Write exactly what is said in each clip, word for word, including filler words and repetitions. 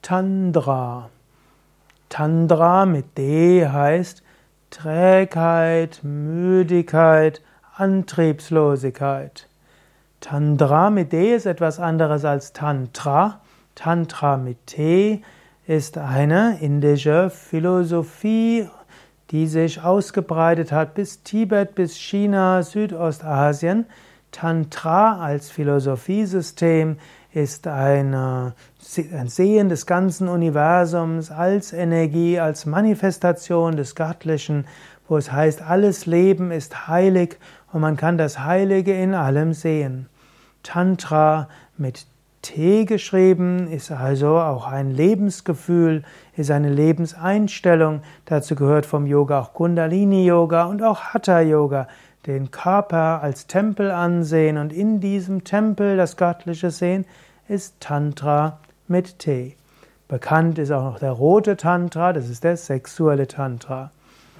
Tandra. Tandra mit D heißt Trägheit, Müdigkeit, Antriebslosigkeit. Tandra mit D ist etwas anderes als Tantra. Tantra mit T ist eine indische Philosophie, die sich ausgebreitet hat bis Tibet, bis China, Südostasien. Tantra als Philosophiesystem ist eine, ein Sehen des ganzen Universums als Energie, als Manifestation des Göttlichen, wo es heißt, alles Leben ist heilig und man kann das Heilige in allem sehen. Tantra mit T geschrieben ist also auch ein Lebensgefühl, ist eine Lebenseinstellung. Dazu gehört vom Yoga auch Kundalini-Yoga und auch Hatha-Yoga. Den Körper als Tempel ansehen und in diesem Tempel das Göttliche sehen, ist Tantra mit T. Bekannt ist auch noch der rote Tantra, das ist der sexuelle Tantra.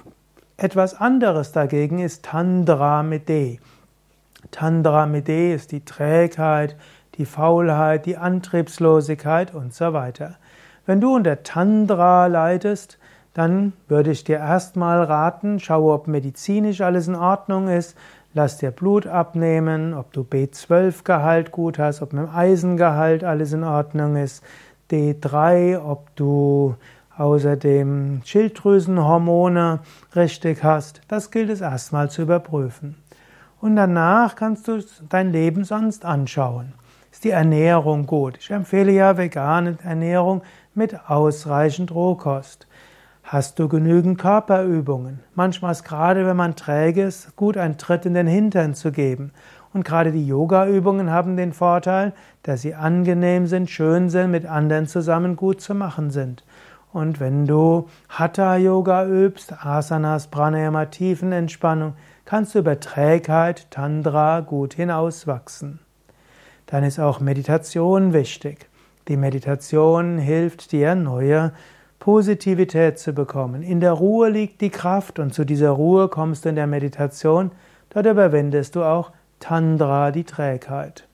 Etwas anderes dagegen ist Tandra mit D. Tandra mit D ist die Trägheit, die Faulheit, die Antriebslosigkeit und so weiter. Wenn du unter Tandra leidest, dann würde ich dir erstmal raten, schaue, ob medizinisch alles in Ordnung ist, lass dir Blut abnehmen, ob du B zwölf Gehalt gut hast, ob mit dem Eisengehalt alles in Ordnung ist, D drei, ob du außerdem Schilddrüsenhormone richtig hast. Das gilt es erstmal zu überprüfen. Und danach kannst du dein Leben sonst anschauen. Ist die Ernährung gut? Ich empfehle ja vegane Ernährung mit ausreichend Rohkost. Hast du genügend Körperübungen? Manchmal ist gerade, wenn man träge ist, gut, einen Tritt in den Hintern zu geben. Und gerade die Yoga-Übungen haben den Vorteil, dass sie angenehm sind, schön sind, mit anderen zusammen gut zu machen sind. Und wenn du Hatha-Yoga übst, Asanas, Pranayama, Tiefenentspannung, kannst du über Trägheit, Tandra gut hinauswachsen. Dann ist auch Meditation wichtig. Die Meditation hilft dir, neue Positivität zu bekommen. In der Ruhe liegt die Kraft und zu dieser Ruhe kommst du in der Meditation. Dort überwindest du auch Tandra, die Trägheit.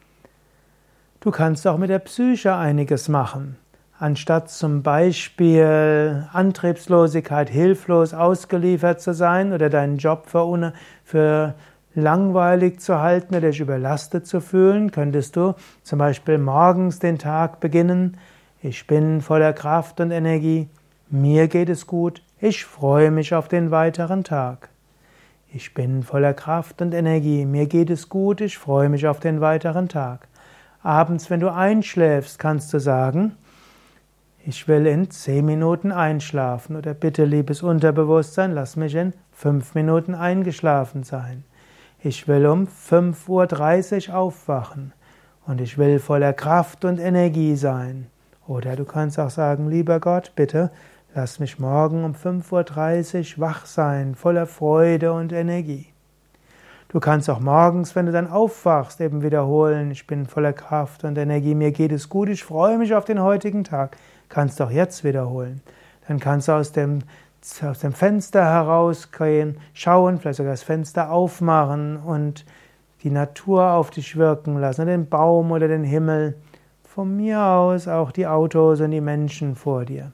Du kannst auch mit der Psyche einiges machen. Anstatt zum Beispiel Antriebslosigkeit, hilflos ausgeliefert zu sein oder deinen Job für, für langweilig zu halten oder dich überlastet zu fühlen, könntest du zum Beispiel morgens den Tag beginnen. Ich bin voller Kraft und Energie. Mir geht es gut. Ich freue mich auf den weiteren Tag. Ich bin voller Kraft und Energie. Mir geht es gut. Ich freue mich auf den weiteren Tag. Abends, wenn du einschläfst, kannst du sagen, ich will in zehn Minuten einschlafen oder bitte, liebes Unterbewusstsein, lass mich in fünf Minuten eingeschlafen sein. Ich will um fünf Uhr dreißig aufwachen und ich will voller Kraft und Energie sein. Oder du kannst auch sagen, lieber Gott, bitte, lass mich morgen um fünf Uhr dreißig wach sein, voller Freude und Energie. Du kannst auch morgens, wenn du dann aufwachst, eben wiederholen, ich bin voller Kraft und Energie, mir geht es gut, ich freue mich auf den heutigen Tag. Kannst auch jetzt wiederholen. Dann kannst du aus dem, aus dem Fenster herausgehen, schauen, vielleicht sogar das Fenster aufmachen und die Natur auf dich wirken lassen, den Baum oder den Himmel. Von mir aus auch die Autos und die Menschen vor dir.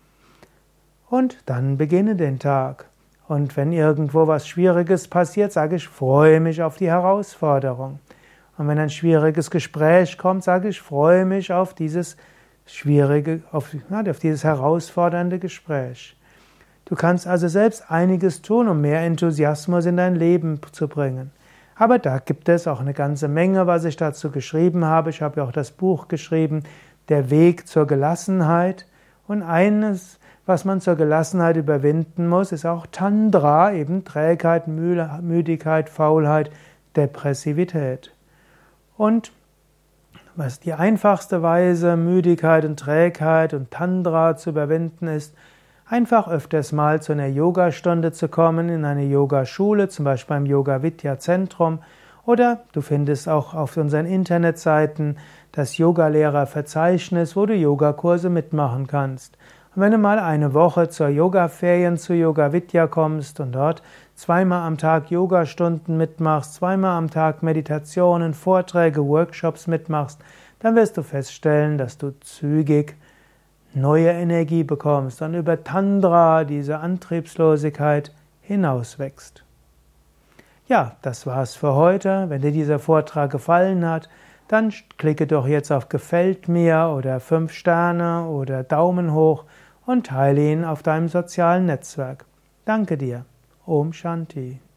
Und dann beginne den Tag. Und wenn irgendwo was Schwieriges passiert, sage ich, freue mich auf die Herausforderung. Und wenn ein schwieriges Gespräch kommt, sage ich, freue mich auf dieses schwierige, auf, ja, auf dieses herausfordernde Gespräch. Du kannst also selbst einiges tun, um mehr Enthusiasmus in dein Leben zu bringen. Aber da gibt es auch eine ganze Menge, was ich dazu geschrieben habe. Ich habe ja auch das Buch geschrieben, Der Weg zur Gelassenheit. Und eines, was man zur Gelassenheit überwinden muss, ist auch Tandra, eben Trägheit, Müdigkeit, Faulheit, Depressivität. Und was die einfachste Weise, Müdigkeit und Trägheit und Tandra zu überwinden ist, einfach öfters mal zu einer Yogastunde zu kommen, in eine Yogaschule, zum Beispiel beim Yoga Vidya Zentrum, oder du findest auch auf unseren Internetseiten das Yogalehrerverzeichnis, wo du Yogakurse mitmachen kannst. Und wenn du mal eine Woche zur Yogaferien zu Yoga Vidya kommst und dort zweimal am Tag Yogastunden mitmachst, zweimal am Tag Meditationen, Vorträge, Workshops mitmachst, dann wirst du feststellen, dass du zügig neue Energie bekommst und über Tandra, diese Antriebslosigkeit, hinauswächst. Ja, das war's für heute. Wenn dir dieser Vortrag gefallen hat, dann klicke doch jetzt auf Gefällt mir oder fünf Sterne oder Daumen hoch und teile ihn auf deinem sozialen Netzwerk. Danke dir. Om Shanti.